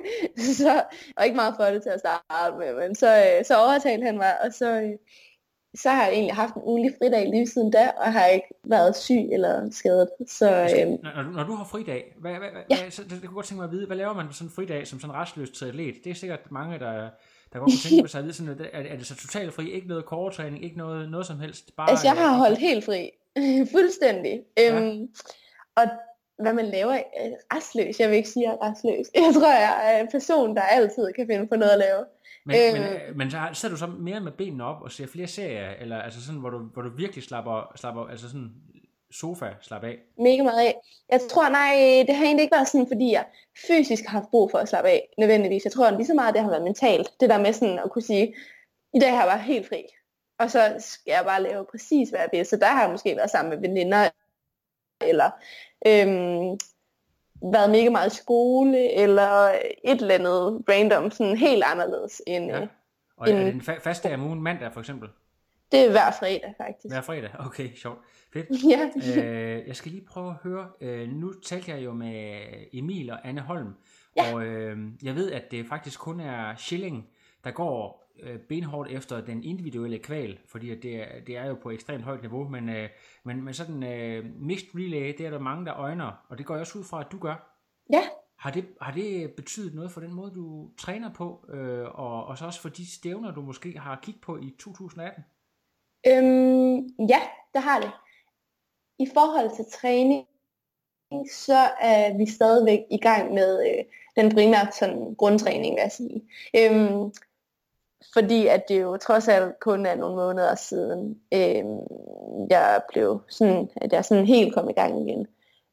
så, og ikke meget for det til at starte med, men så, så overtalte han mig, og så, så har jeg egentlig haft en ugenlig fridag lige siden da, og har ikke været syg eller skadet. Så, øhm, når, du, når du har fridag, hvad, hvad, ja. hvad, så, det, det kunne godt tænke mig at vide, hvad laver man på sådan en fridag som sådan en restløs triatlet? Det er sikkert mange, der, der godt kunne tænke på sig at vide, sådan, er, er det så totalt fri, ikke noget koretræning, ikke noget, noget som helst? Bare, altså jeg har øh, holdt helt fri, fuldstændig. Ja. Øhm, og hvad man laver, er restløs. Jeg vil ikke sige, at jeg er restløs. Jeg tror, jeg er en person, der altid kan finde på noget at lave. Men, øhm, men, men så har- sidder du så mere med benene op og ser flere serier, eller altså sådan, hvor du, hvor du virkelig slapper, slapper altså sådan sofa, slapper af? Mega meget af. Jeg tror, nej, det har egentlig ikke været sådan, fordi jeg fysisk har haft brug for at slappe af, nødvendigvis. Jeg tror lige så meget, det har været mentalt. Det der med sådan at kunne sige, i dag har jeg bare helt fri. Og så skal jeg bare lave præcis, hvad jeg vil. Så der har jeg måske været sammen med veninder, eller øhm, været mega meget i skole, eller et eller andet random, sådan helt anderledes end... Ja. Ja. Og er en- det en fa- fast dag om ugen, mandag for eksempel? Det er hver fredag, faktisk. Hver fredag? Okay, sjovt. Fedt. Ja. øh, jeg skal lige prøve at høre, øh, nu talte jeg jo med Emil og Anne Holm, Ja. og øh, jeg ved, at det faktisk kun er Schilling, der går øh, benhårdt efter den individuelle kval, fordi at det, er, det er jo på ekstremt højt niveau, men, øh, men, men sådan øh, mixed relay, det er der mange, der øjner, og det går jeg også ud fra, at du gør. Ja. Har det, har det betydet noget for den måde, du træner på, øh, og, og så også for de stævner, du måske har kigget på i to tusind atten? Øhm, ja, det har det. I forhold til træning, så er vi stadigvæk i gang med øh, den primære sådan, grundtræning, vil jeg sige. Øhm, fordi at det jo trods alt kun er nogle måneder siden, øhm, jeg blev sådan, at jeg sådan helt kom i gang igen.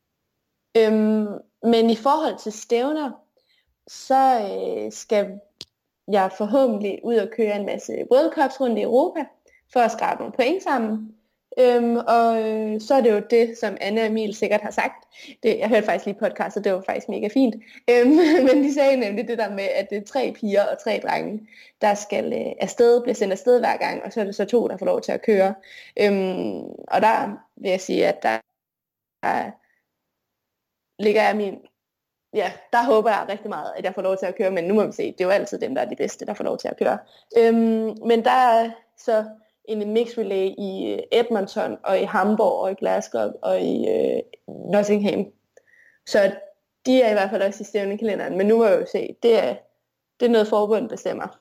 Øhm, men i forhold til stævner, så øh, skal jeg forhåbentlig ud og køre en masse World Cups rundt i Europa, for at skrabe nogle point sammen. Øhm, og øh, så er det jo det, som Anne og Emil sikkert har sagt. Det, jeg hørte faktisk lige podcastet, det var faktisk mega fint. Øhm, men de sagde nemlig det der med, at det er tre piger og tre drenge, der skal øh, afsted, bliver sendt afsted hver gang, og så er det så to, der får lov til at køre. Øhm, og der vil jeg sige, at der, der ligger jeg min... Ja, der håber jeg rigtig meget, at jeg får lov til at køre, men nu må vi se, det er jo altid dem, der er de bedste, der får lov til at køre. Øhm, men der er så en mixed relay i Edmonton, og i Hamburg, og i Glasgow, og i øh, Nottingham. Så de er i hvert fald også i stævnekalenderen, men nu må jeg jo se, det er, det er noget forbundet bestemmer.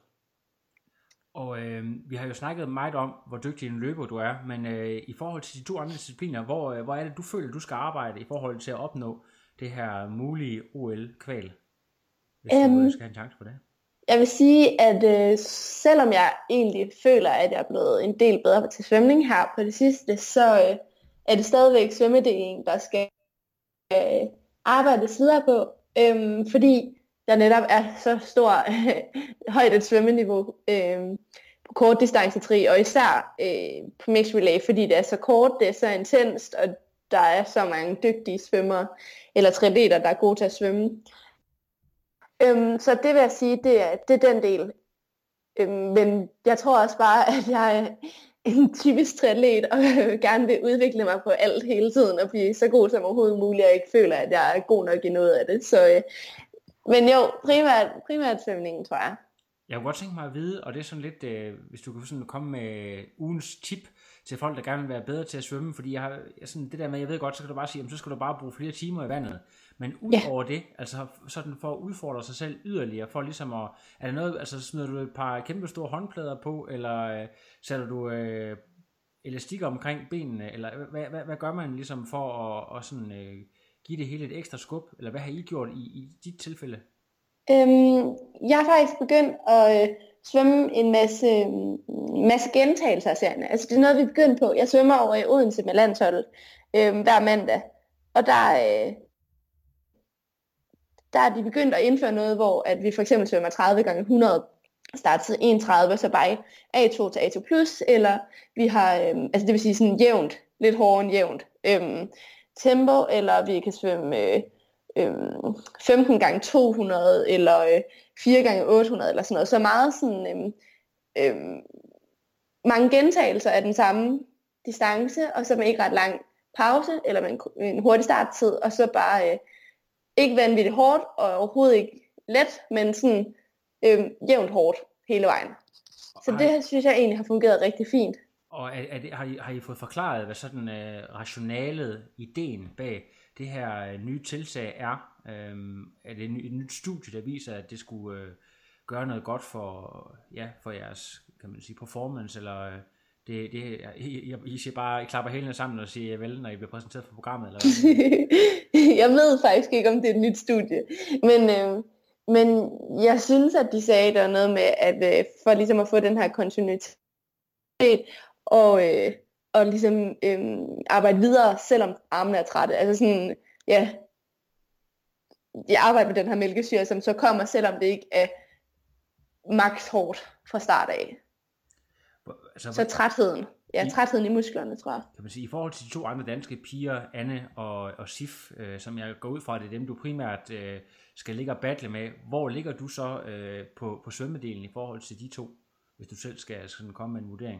Og øh, vi har jo snakket meget om, hvor dygtig en løber du er, men øh, i forhold til de to andre discipliner, hvor, øh, hvor er det, du føler, du skal arbejde i forhold til at opnå det her mulige O L-kval, hvis Øhm, du skal have en chance på det? Jeg vil sige, at øh, selvom jeg egentlig føler, at jeg er blevet en del bedre til svømning her på det sidste, så øh, er det stadigvæk svømmedelen, der skal øh, arbejdes videre på, øh, fordi der netop er så stor øh, højt et svømmeniveau øh, på kort distancetri, og især øh, på mixed relay, fordi det er så kort, det er så intenst, og der er så mange dygtige svømmere, eller triatleter, der er gode til at svømme. Øhm, så det vil jeg sige, det er, det er den del. Øhm, men jeg tror også bare, at jeg er en typisk triatlet, og gerne vil udvikle mig på alt hele tiden, og blive så god som overhovedet muligt, og ikke føler, at jeg er god nok i noget af det. Så, øh, men jo, primært, primært svømningen, tror jeg. Jeg kunne godt tænke mig at vide, og det er sådan lidt, øh, hvis du kan sådan komme med ugens tip til folk, der gerne vil være bedre til at svømme, fordi jeg har jeg sådan, det der med, jeg ved godt, så kan du bare sige, jamen, så skal du bare bruge flere timer i vandet. Men ud Ja. over det, altså sådan for at udfordre sig selv yderligere, for ligesom at, er der noget, altså smider du et par kæmpe store håndplader på, eller øh, sætter du øh, elastikker omkring benene, eller hvad, hvad, hvad gør man ligesom for at, at sådan, øh, give det hele et ekstra skub, eller hvad har I gjort i, i dit tilfælde? Øhm, jeg har faktisk begyndt at øh, svømme en masse, øh, masse gentagelser af serierne. Altså det er noget, vi er begyndt på. Jeg svømmer over i Odense med landsholdet øh, hver mandag. Og der, øh, der er de begyndt at indføre noget, hvor at vi for eksempel svømmer tredive gange hundrede, starttid enogtredive, så bare A to til A to plus, eller vi har, øh, altså det vil sige sådan jævnt, lidt hårdere end jævnt, øh, tempo, eller vi kan svømme... Øh, Øhm, femten gange to hundrede eller øh, fire gange otte hundrede eller sådan noget. Så meget sådan øhm, øhm, mange gentagelser af den samme distance, og så med ikke ret lang pause, eller med en, en hurtig starttid, og så bare øh, ikke vanvittigt hårdt, og overhovedet ikke let, men sådan øh, jævnt hårdt hele vejen. Så det synes jeg egentlig har fungeret rigtig fint. Og er, er det, har, I, har I fået forklaret, hvad sådan uh, rationalet, ideen bag det her uh, nye tiltag er? Um, er det et, et nyt studie, der viser, at det skulle uh, gøre noget godt for, ja, for jeres, kan man sige, performance, eller uh, det, det, I, I siger bare, I klapper hælene sammen og siger vel, når I bliver præsenteret for programmet? Eller jeg ved faktisk ikke, om det er et nyt studie, men, øh, men jeg synes, at de sagde, der var noget med, at øh, for ligesom at få den her kontinuitet, og, øh, og ligesom øh, arbejde videre, selvom armene er trætte. Altså sådan, ja, jeg arbejder med den her mælkesyre, som så kommer, selvom det ikke er max hårdt fra start af. Altså, så trætheden. Ja, trætheden i musklerne, tror jeg. Kan man sige, i forhold til de to andre danske piger, Anne og, og Sif, øh, som jeg går ud fra, det er dem, du primært øh, skal ligge og battle med. Hvor ligger du så øh, på, på svømmedelen i forhold til de to, hvis du selv skal sådan komme med en vurdering?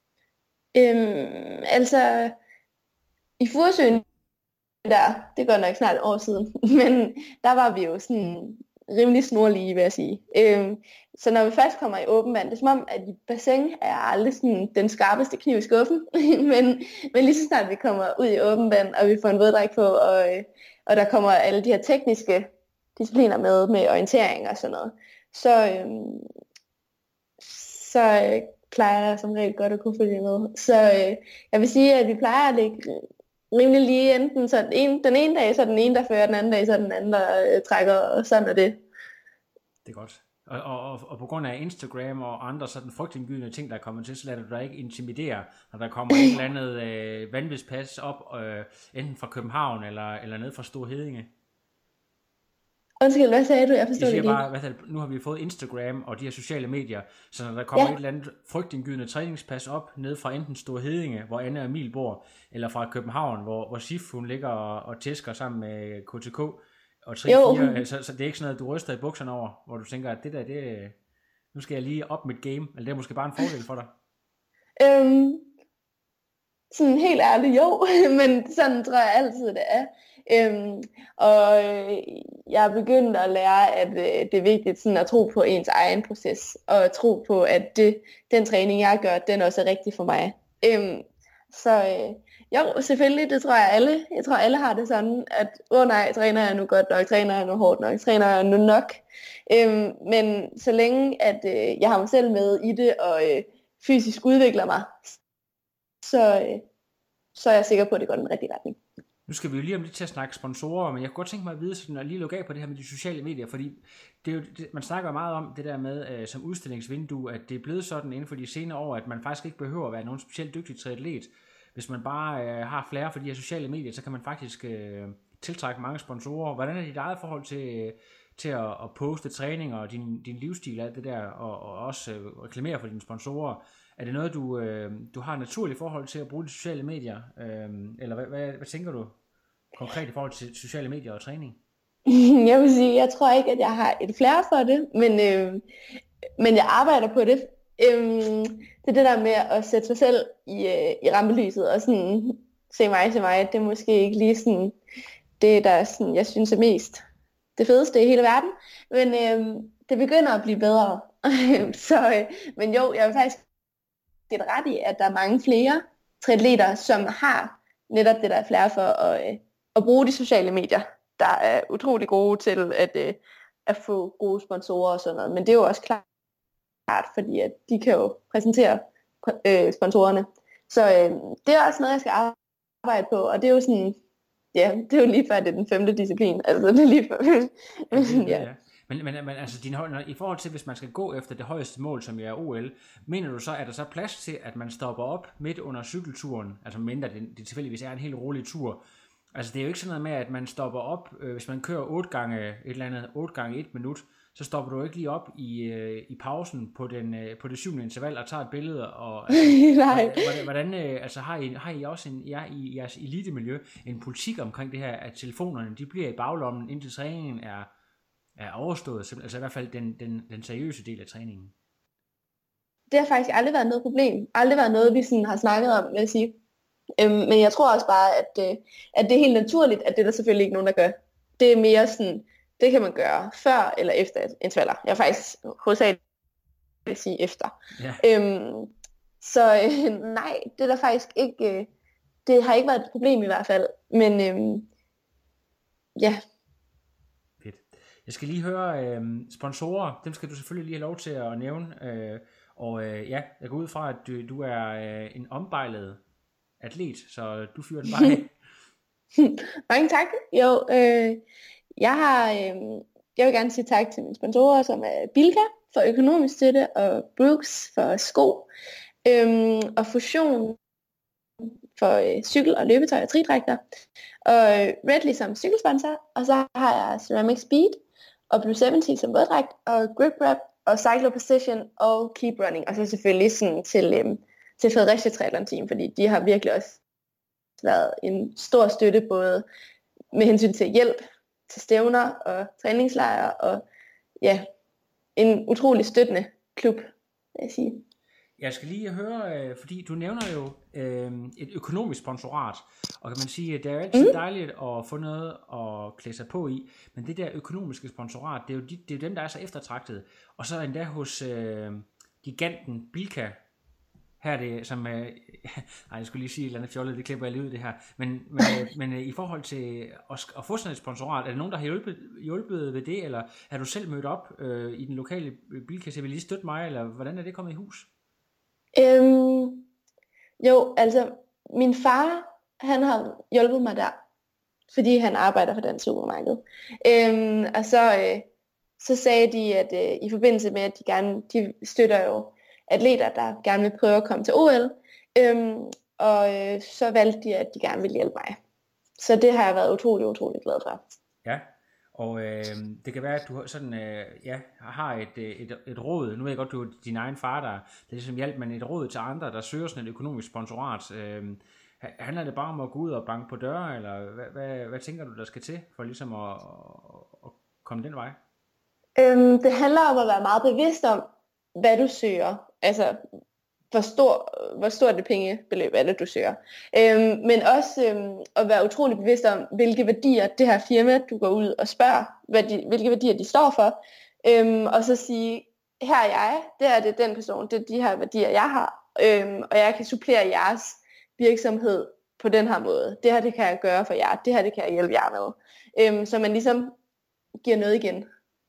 Øhm, altså, i Furesøen der, det går nok snart et år siden, men der var vi jo sådan rimelig snorlige, vil jeg sige. Øhm, så når vi først kommer i åben vand, det er som om, at i bassin er aldrig sådan den skarpeste kniv i skuffen, men, men lige så snart vi kommer ud i åben vand, og vi får en våddræk på, og, og der kommer alle de her tekniske discipliner med, med orientering og sådan noget, så, øhm, så øh, plejer jeg som regel godt at kunne følge med. Så øh, jeg vil sige, at vi plejer at ligge rimelig lige, enten så den ene, den ene dag, så den ene, der fører, den anden dag, så den anden, der øh, trækker, og sådan er det. Det er godt. Og, og, og på grund af Instagram og andre sådan frygtindgydende ting, der er kommet til, så lader du dig ikke intimidere, når der kommer et eller andet øh, vanvidspas op, øh, enten fra København eller, eller ned fra Store Heddinge. Undskyld, hvad sagde du? Jeg forstår det ikke. Bare, hvad, nu har vi fået Instagram og de her sociale medier, så når der kommer ja. et eller andet frygtindgydende træningspas op, ned fra enten Store Heddinge, hvor Anne og Emil bor, eller fra København, hvor, hvor Sif, hun ligger og, og tæsker sammen med K T K, og tre fire, så, så det er ikke sådan noget, du ryster i bukserne over, hvor du tænker, at det der, det, nu skal jeg lige op mit game, eller det er måske bare en fordel for dig? Øhm, sådan helt ærligt, jo, men sådan tror jeg altid, det er. Øhm, og øh, jeg er begyndt at lære, at øh, det er vigtigt sådan at tro på ens egen proces, og at tro på, at det, den træning, jeg gør, den også er rigtig for mig. Øhm, så øh, jo, selvfølgelig, det tror jeg alle. Jeg tror alle har det sådan, at åh oh, nej, træner jeg nu godt nok, træner jeg nu hårdt nok, træner jeg nu nok. Øhm, men så længe, at øh, jeg har mig selv med i det, og øh, fysisk udvikler mig, så, øh, så er jeg sikker på, at det går den rigtige retning. Nu skal vi jo lige om lidt til at snakke sponsorer, men jeg kunne godt tænke mig at vide, sådan, at lige lukke af på det her med de sociale medier, fordi det er jo, det, man snakker meget om det der med øh, som udstillingsvindue, at det er blevet sådan inden for de senere år, at man faktisk ikke behøver at være nogen specielt dygtig triatlet. Hvis man bare øh, har flere for de her sociale medier, så kan man faktisk øh, tiltrække mange sponsorer. Hvordan er dit eget forhold til, til at, at poste træning og din, din livsstil og alt det der, og, og også øh, reklamere for dine sponsorer? Er det noget, du, øh, du har et naturligt forhold til at bruge de sociale medier? Øh, eller hvad, hvad, hvad tænker du konkret i forhold til sociale medier og træning? Jeg vil sige, jeg tror ikke, at jeg har et flere for det, men, øh, men jeg arbejder på det. Øh, det er det der med at sætte sig selv i, øh, i rampelyset og sådan, se mig, se mig, det er måske ikke lige sådan, det der sådan, jeg synes er mest det fedeste i hele verden, men øh, det begynder at blive bedre. Så, øh, men jo, jeg vil faktisk get ret i, at der er mange flere triatleter, som har netop det der flere for at, øh, at bruge de sociale medier, der er utrolig gode til at, øh, at få gode sponsorer og sådan noget. Men det er jo også klart, fordi at de kan jo præsentere øh, sponsorerne. Så øh, det er også noget, jeg skal arbejde på, og det er jo sådan, ja, det er jo lige før, det er den femte disciplin. Altså det er lige før. ja. ja. Men, men, men altså, din, i forhold til, hvis man skal gå efter det højeste mål, som er O L, mener du så, er der så plads til, at man stopper op midt under cykelturen, altså mindre det, det tilfældigvis er en helt rolig tur? Altså det er jo ikke sådan noget med, at man stopper op, øh, hvis man kører otte gange et eller andet, otte gange et minut, så stopper du ikke lige op i, øh, i pausen på, den, øh, på det syvende interval og tager et billede. Og, altså, Nej. Hvordan, hvordan øh, altså, har, I, har I også en, ja, i jeres elitemiljø en politik omkring det her, at telefonerne de bliver i baglommen, indtil træningen er er overstået, altså i hvert fald den, den, den seriøse del af træningen? Det har faktisk aldrig været noget problem. Aldrig været noget, vi sådan har snakket om, vil jeg sige. Øhm, men jeg tror også bare, at, øh, at det er helt naturligt, at det er der selvfølgelig ikke nogen, der gør. Det er mere sådan, det kan man gøre før eller efter intervaller. Jeg vil faktisk hovedsageligt sige efter. Ja. Øhm, Så øh, nej, det er der faktisk ikke, øh, det har ikke været et problem i hvert fald. Men øh, ja. Fedt. Jeg skal lige høre øh, sponsorer, dem skal du selvfølgelig lige have lov til at nævne. Øh, og øh, ja, jeg går ud fra, at du, du er øh, en ombejlet atlet, så du fyrer den bare af. Mange tak. Jo, øh, jeg har, øh, jeg vil gerne sige tak til mine sponsorer, som er Bilka for økonomisk støtte, og Brooks for sko, øh, og Fusion for øh, cykel- og løbetøj og tridragter, og øh, Redley som cykelsponsor, og så har jeg Ceramic Speed og Blue halvtreds som våddragt, og Grip Wrap og Cyclo Precision og Keep Running, og så selvfølgelig sådan til, øh, til Fredericia Triathlon Team, fordi de har virkelig også været en stor støtte, både med hensyn til hjælp til stævner og træningslejre, og ja, en utrolig støttende klub, vil jeg sige. Jeg skal lige høre, fordi du nævner jo øh, et økonomisk sponsorat, og kan man sige, at det er jo altid mm. dejligt at få noget at klæde sig på i, men det der økonomiske sponsorat, det er jo, de, det er jo dem, der er så eftertragtet, og så endda hos øh, giganten Bilka. Her er det som, øh, nej, jeg skulle lige sige et eller andet fjollet, det klipper jeg lige ud det her, men, men, men øh, i forhold til at, at få sådan et sponsorat, er der nogen, der har hjulpet, hjulpet ved det, eller er du selv mødt op øh, i den lokale Bilka, så vil lige støtte mig, eller hvordan er det kommet i hus? Øhm, jo, altså, min far, han har hjulpet mig der, fordi han arbejder for den supermarked. Øhm, og så, øh, så sagde de, at øh, i forbindelse med, at de gerne, de støtter jo atleter, der gerne vil prøve at komme til O L, øhm, og øh, så valgte de, at de gerne ville hjælpe mig. Så det har jeg været utrolig, utrolig glad for. Ja, og øh, det kan være, at du sådan, øh, ja, har et, et, et råd. Nu ved jeg godt, du er din egen far, der, der ligesom hjælper, men et råd til andre, der søger sådan et økonomisk sponsorat. Øh, handler det bare om at gå ud og banke på døre, eller hvad, hvad, hvad tænker du, der skal til for ligesom at, at, at komme den vej? Øhm, det handler om at være meget bevidst om, hvad du søger. Altså, hvor, stor, hvor stort det pengebeløb er det, du søger. Øhm, men også øhm, at være utrolig bevidst om, hvilke værdier det her firma, du går ud og spørger, hvad de, hvilke værdier de står for. Øhm, og så sige, her er jeg, det er det den person, det er de her værdier, jeg har. Øhm, og jeg kan supplere jeres virksomhed på den her måde. Det her, det kan jeg gøre for jer. Det her, det kan jeg hjælpe jer med. Øhm, så man ligesom giver noget igen.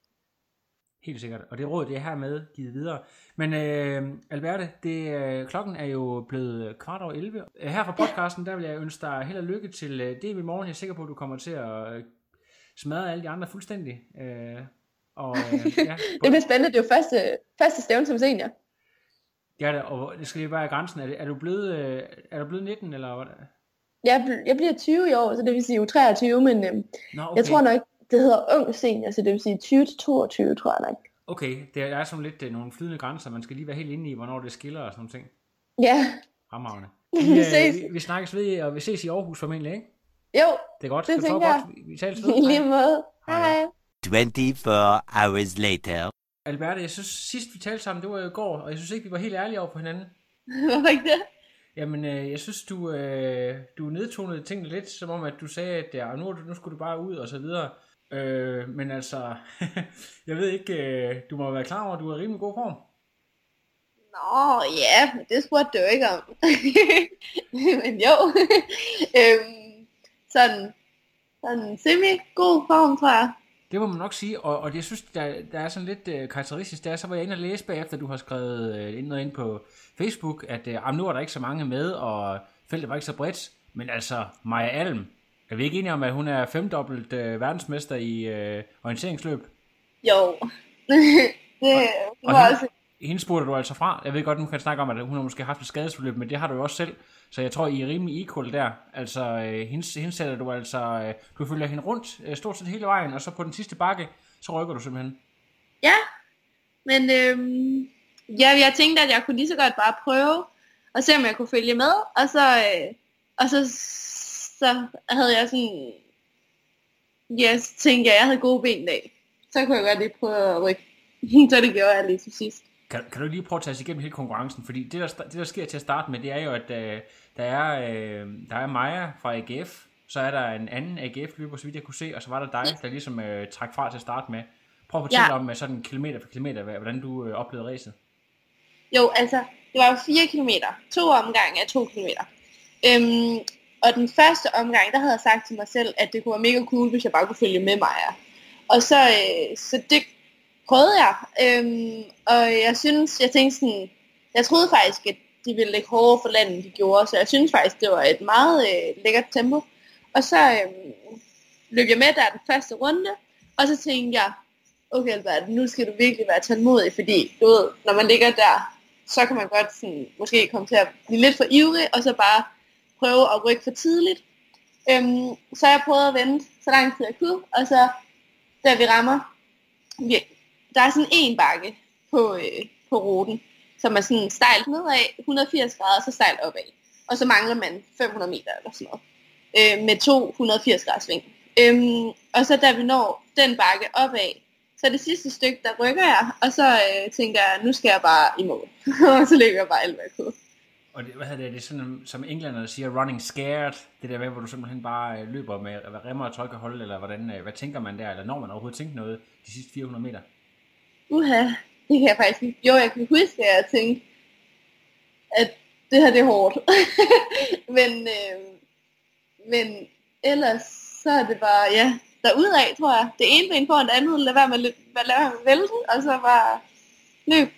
Helt sikkert, og det råd, det er hermed givet videre. Men øh, Alberte, det, øh, klokken er jo blevet kvart over elleve. Her fra podcasten, der vil jeg ønske dig held og lykke til øh, det i morgen. Jeg er sikker på, at du kommer til at øh, smadre alle de andre fuldstændig. Øh, og, øh, ja, det bliver spændende, det er jo første, første stævne som senior. Ja, det, og det skal lige være i grænsen. Er, det, er, du blevet, øh, er du blevet nitten, eller hvad? Jeg, jeg bliver tyve i år, så det vil sige treogtyve, men øh, Nå, okay. Jeg tror nok, det hedder ung senior, så det vil sige tyve til toogtyve, tror jeg nok. Okay, det er sådan lidt uh, nogle flydende grænser, man skal lige være helt inde i, hvornår det skiller og sådan nogle ting. Ja. Fremragende. Vi, uh, vi, vi snakkes ved, og vi ses i Aarhus formentlig, ikke? Jo, det er godt. det tænker jeg. Godt. Vi, vi tales ved. I lige måde. Hej. toogtyve hours later. Alberte, jeg synes sidst vi talte sammen, det var i går, og jeg synes ikke, vi var helt ærlige over på hinanden. Hvorfor ikke det? Jamen, øh, jeg synes, du, øh, du nedtonede tingene lidt, som om, at du sagde, at ja, nu, nu skulle du bare ud, og så videre. Øh, men altså, jeg ved ikke, øh, du må være klar over, at du er i rimelig god form. Nå, ja, men det spurgte du ikke om. Men jo, øhm, sådan, sådan semi-god form, tror jeg. Det må man nok sige, og, og jeg synes, der, der er sådan lidt øh, karakteristisk, der så var jeg inde og læse bagefter, du har skrevet øh, ind, ind på Facebook, at øh, nu er der ikke så mange med, og feltet var ikke så bredt, men altså, Maja Alm, er vi ikke enige om, at hun er femdobbelt øh, verdensmester i øh, orienteringsløb? Jo, det og, var og også... Hende spurgte du altså fra. Jeg ved godt, nu kan jeg snakke om, at hun har måske haft et skadesforløb, men det har du jo også selv. Så jeg tror, I er rimelig equal der. Altså, øh, hende, hende sætter du altså... Øh, du følger hende rundt øh, stort set hele vejen, og så på den sidste bakke, så rykker du simpelthen. Ja, men øhm, ja, jeg tænkte, at jeg kunne lige så godt bare prøve, og se, om jeg kunne følge med. Og så, øh, og så, så havde jeg sådan... Ja, så tænkte jeg, at jeg havde gode ben dag. Så kunne jeg godt lige prøve at rykke. Så det gjorde jeg lige til sidst. Kan, kan du lige prøve at tage os igennem hele konkurrencen? Fordi det der, det, der sker til at starte med, det er jo, at øh, der, er, øh, der er Maja fra A G F, så er der en anden A G F-løber, så vidt jeg kunne se, og så var der dig, der ligesom øh, trak fra til at starte med. Prøv at fortælle ja. om sådan kilometer for kilometer, hvordan du øh, oplevede racet. Jo, altså, det var fire kilometer, to omgange af to kilometer. Øhm, og den første omgang, der havde jeg sagt til mig selv, at det kunne være mega cool, hvis jeg bare kunne følge med Maja. Og så, øh, så det prøvede jeg, øhm, og jeg synes, jeg tænkte sådan, jeg troede faktisk, at de ville lægge hårdere for landet, de gjorde, så jeg synes faktisk, det var et meget øh, lækkert tempo. Og så øh, løb jeg med der den første runde, og så tænkte jeg, okay Albert, nu skal du virkelig være tålmodig, fordi du ved, når man ligger der, så kan man godt sådan, måske komme til at blive lidt for ivrig, og så bare prøve at rykke for tidligt. Øhm, så jeg prøvede at vente så lang tid jeg kunne, og så da vi rammer, der er sådan en bakke på, øh, på ruten, som er sådan stejlt nedad, et hundrede og firs grader, så stejlt opad. Og så mangler man fem hundrede meter eller sådan noget, øh, med to hundrede og firs graders sving. Øhm, og så da vi når den bakke opad, så det sidste stykke, der rykker jeg, og så øh, tænker jeg, nu skal jeg bare i mål. Og så lægger jeg bare alt, hvad jeg kunne. Og det, hvad hedder det, det er sådan, som englænderne siger, running scared, det der med, hvor du simpelthen bare øh, løber med remmer og tryk og hold, eller hvordan, øh, hvad tænker man der, eller når man overhovedet tænker noget de sidste fire hundrede meter? Uha, det kan jeg faktisk ikke. Jo, jeg kan huske, at jeg tænkte, at det her det er hårdt. men, øh, men ellers, så er det bare, ja, derudad, tror jeg. Det ene ben foran det andet, lad være med, lad være med at vælte, og så bare løb.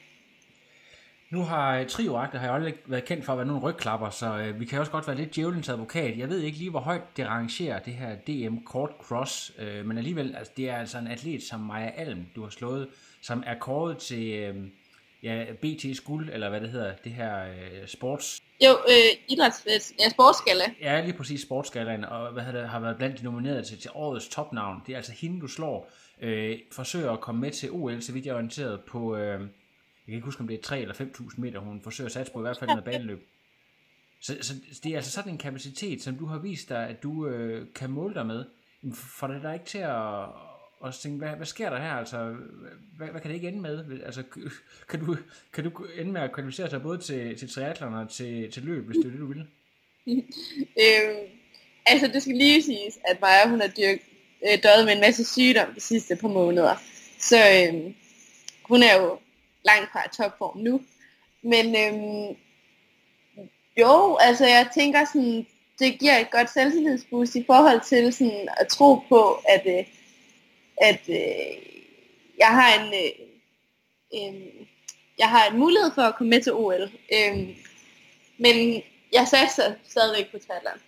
Nu har Triorakter har jeg aldrig været kendt for at være nogle rygklapper, så øh, vi kan også godt være lidt djævelens advokat. Jeg ved ikke lige, hvor højt det rangerer, det her D M Kort Cross, øh, men alligevel, altså, det er altså en atlet som Maja Alm, du har slået, som er kåret til øh, ja, B T's guld, eller hvad det hedder, det her øh, sports... Jo, øh, idrætsfest, ja, sportsgalla. Ja, lige præcis sportsgallaen, og hvad det, har været blandt de nominerede til, til årets topnavn. Det er altså hende, du slår. Øh, forsøger at komme med til O L, så vidt jeg er orienteret på... Øh, jeg kan ikke huske, om det er tre eller fem tusind meter, hun forsøger at satse på, i hvert fald med baneløb. Så, så det er altså sådan en kapacitet, som du har vist dig, at du øh, kan måle dig med. Får det dig ikke til at, at tænke, hvad, hvad sker der her? Altså, hvad, hvad kan det ikke ende med? Altså, kan du, kan du ende med at kvalificere sig både til, til triathlon og til, til løb, hvis det er det, du vil? øhm, altså, det skal lige siges, at Maja, hun har dyrket, øh, døjet med en masse sygdom de sidste par måneder. Så øh, hun er jo langt fra topform nu. Men øhm, jo, altså jeg tænker sådan, det giver et godt selvtillidsboost i forhold til sådan at tro på, at, øh, at øh, jeg har en, øh, øh, jeg har en mulighed for at komme med til O L. Øh, men jeg satser stadigvæk på triathlon.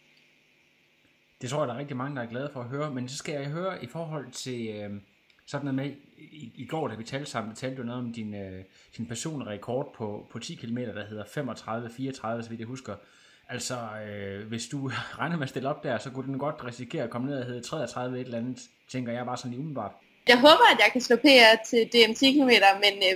Det tror jeg, der er rigtig mange, der er glade for at høre, men så skal jeg høre i forhold til... Øh sådan noget med, i, i går da vi talte sammen, talte du noget om din, øh, din personlige rekord på, på ti kilometer, der hedder femogtredive fireogtredive, så vidt jeg husker. Altså, øh, hvis du regner med at stille op der, så kunne den godt risikere at komme ned og hedde treogtredive et eller andet, tænker jeg bare sådan lige umiddelbart. Jeg håber, at jeg kan slå P R til D M ti kilometer, men øh,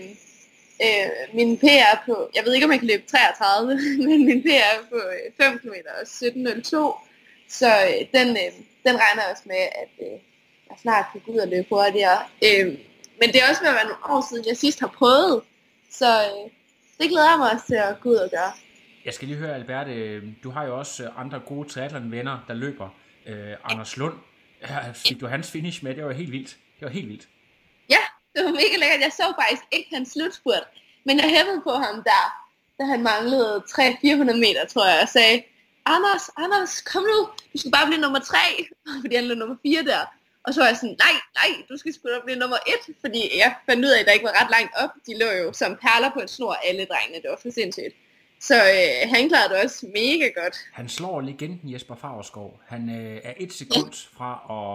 øh, min P R på, jeg ved ikke, om jeg kan løbe treogtredive, men min P R på øh, fem kilometer og sytten nul to, så øh, den, øh, den regner også med, at... Øh, jeg snart kan gå ud og løbe hurtigere. Øhm, men det er også ved at være nogle år siden, jeg sidst har prøvet. Så øh, det glæder jeg mig også til at gå ud og gøre. Jeg skal lige høre, Albert, øh, du har jo også andre gode triathlon-venner, der løber. Øh, Anders Lund, fik du hans finish med? Det var helt vildt. Det var helt vildt. Ja, det var mega lækkert. Jeg så faktisk ikke hans slutspurt. Men jeg hævede på ham der, da han manglede tre til fire hundrede meter, tror jeg, og sagde, Anders, Anders, kom nu, du skal bare blive nummer tre, fordi han løb nummer fire der. Og så var jeg sådan, nej, nej, du skal sgu da blive nummer et, fordi jeg fandt ud af, at der ikke var ret langt op. De lå jo som perler på et snor, alle drengene, det var for sindssygt. Så øh, han klarede det også mega godt. Han slår legenden Jesper Favrskov. Han øh, er et sekund fra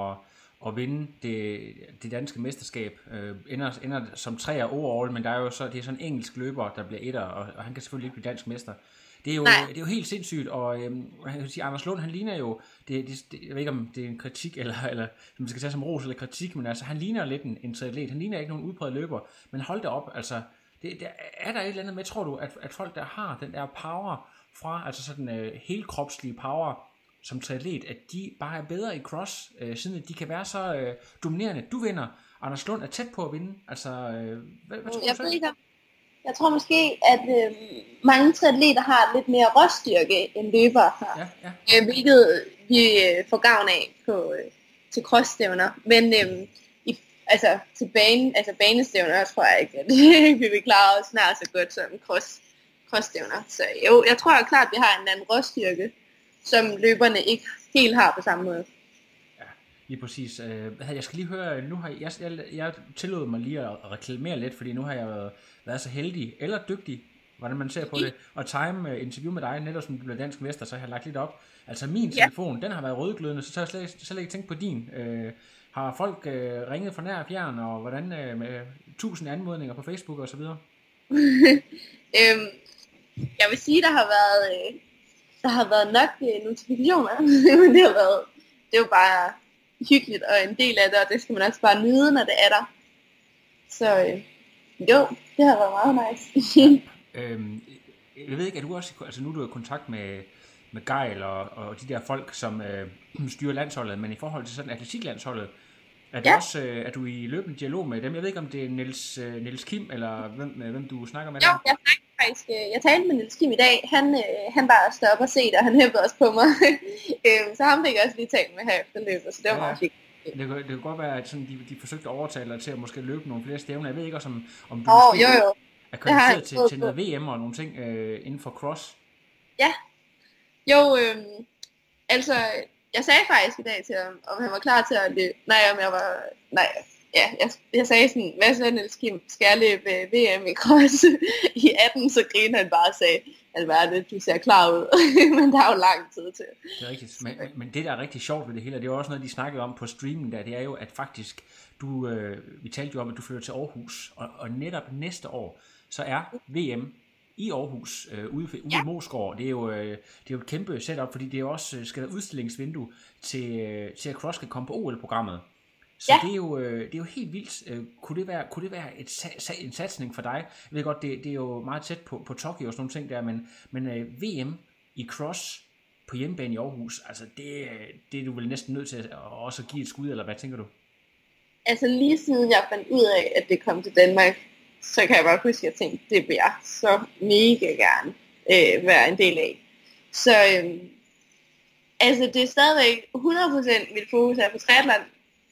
at, at vinde det, det danske mesterskab. Øh, ender, ender som treer overall, men der er jo så, det er sådan en engelsk løber, der bliver etter, og, og han kan selvfølgelig ikke blive dansk mester. Det er, jo, det er jo helt sindssygt, og øhm, jeg vil sige, Anders Lund, han ligner jo, det, det, det, jeg ved ikke om det er en kritik, eller, eller man skal tage som ros eller kritik, men altså, han ligner lidt en, en triatlet, han ligner ikke nogen udpræget løber, men hold da op, altså, det, det, er der et eller andet med, tror du, at, at folk, der har den der power fra, altså sådan øh, helkropslige power, som triatlet, at de bare er bedre i cross, øh, siden at de kan være så øh, dominerende. Du vinder, Anders Lund er tæt på at vinde, altså, øh, hvad, hvad tror jeg du ved ikke, Jeg tror måske, at øh, mange triatleter har lidt mere råstyrke end løbere har, ja, ja. Øh, hvilket vi øh, får gavn af på, øh, til crossstævner. Men øh, i, altså, til bane, altså banestævner tror jeg ikke, at vi vil klare os snart så godt som cross, crossstævner. Så jo, jeg tror klart, at vi har en anden råstyrke, som løberne ikke helt har på samme måde. Ja, lige præcis. Jeg skal lige høre, nu har jeg, jeg, jeg tillod mig lige at reklamere lidt, fordi nu har jeg været, været så heldig eller dygtig, hvordan man ser på det, og time interview med dig, netop som du bliver dansk mester, så har jeg lagt lidt op. Altså min telefon, ja. Den har været rødglødende, så har jeg slet, slet ikke tænkt på din. Øh, har folk øh, ringet fra nær og fjern, og hvordan øh, med tusind anmodninger på Facebook og så videre? øhm, jeg vil sige, der har været, øh, der har været nok øh, notifikationer, men det har været, det er jo bare hyggeligt og en del af det, og det skal man også bare nyde, når det er der. Så øh, jo, det har været meget nice. øhm, jeg ved ikke, er du også, altså nu er du i kontakt med, med Geil og, og de der folk, som øh, styrer landsholdet, men i forhold til sådan atletiklandsholdet, er, det ja. også, øh, er du i løbende dialog med dem? Jeg ved ikke, om det er Niels, øh, Niels Kim, eller hvem, hvem du snakker med? Jo, jeg snakker faktisk, øh, jeg talte med Niels Kim i dag, han, øh, han var også deroppe og set, og han hævede også på mig, øh, så ham fik jeg også lige talt med her efter løbet, så det var ja. meget fint. Det kan, det kan godt være, at sådan, de, de forsøgte at overtale dig til at måske løbe nogle flere stævner. Jeg ved ikke også, om, om du oh, jo, jo. er kvalificeret til, til noget V M og nogle ting øh, inden for cross. Ja, jo, øh, altså, jeg sagde faktisk i dag til ham, om han var klar til at løbe. Nej, om jeg var, nej, ja, jeg, jeg sagde sådan, hvad så Niels Kim, skal jeg løbe V M i cross i atten, så grinede han bare og sagde, Alberte, du ser klar ud, men der er jo lang tid til. Det er rigtigt, men, men det der er rigtig sjovt ved det hele, det er jo også noget, de snakkede om på streaming der, det er jo, at faktisk, du, øh, vi talte jo om, at du flytter til Aarhus, og, og netop næste år, så er V M i Aarhus, øh, ude, ude ja. i Moesgaard. Det er, jo, øh, det er jo et kæmpe setup, fordi det er også øh, skal være udstillingsvindue til, øh, til at cross kan komme på O L-programmet. Så ja. det, er jo, øh, det er jo helt vildt. Øh, kunne, det være, kunne det være et, sa- en satsning for dig? Jeg ved godt, det, det er jo meget tæt på, på Tokyo og sådan nogle ting der, men, men øh, V M i cross på hjemmebane i Aarhus, altså det, det er du vel næsten nødt til at også give et skud, eller hvad tænker du? Altså lige siden jeg fandt ud af, at det kom til Danmark, så kan jeg bare huske, at jeg tænkte, det vil jeg så mega gerne øh, være en del af. Så øh, altså det er stadigvæk hundrede procent mit fokus er på triathlon.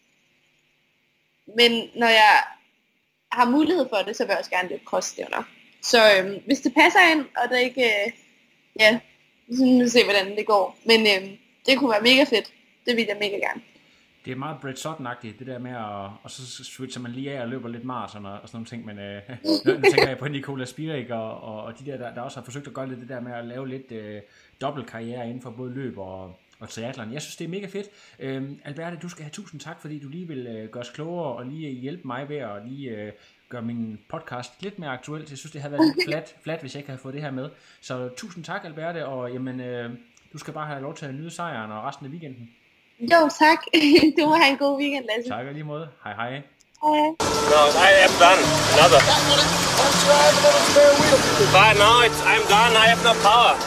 Men når jeg har mulighed for det, så vil jeg også gerne løbe crossstævner. Så øh, hvis det passer ind, og det ikke, øh, ja, så nu se hvordan det går. Men øh, det kunne være mega fedt. Det vil jeg mega gerne. Det er meget Brett Sutton-agtigt, det der med at, og så switcher man lige af og løber lidt maraton og, og sådan nogle ting, men øh, nu, nu tænker jeg på Nicola Spirik og, og, og de der, der, der også har forsøgt at gøre lidt det der med at lave lidt øh, dobbeltkarriere inden for både løb og, og triathlon. Jeg synes, det er mega fedt. Øhm, Alberte, du skal have tusind tak, fordi du lige vil øh, gøre os klogere og lige hjælpe mig ved at lige øh, gøre min podcast lidt mere aktuel. Jeg synes, det har været lidt flat, flat, hvis jeg ikke havde fået det her med. Så tusind tak, Alberte, og jamen, øh, du skal bare have lov til at nyde sejren og resten af weekenden. Jo, tak. Du må have en god weekend, Lasse. Tak og lige måde. Hej hej. Hej. No, I am done. Another. But now it's, I'm done. I have no power.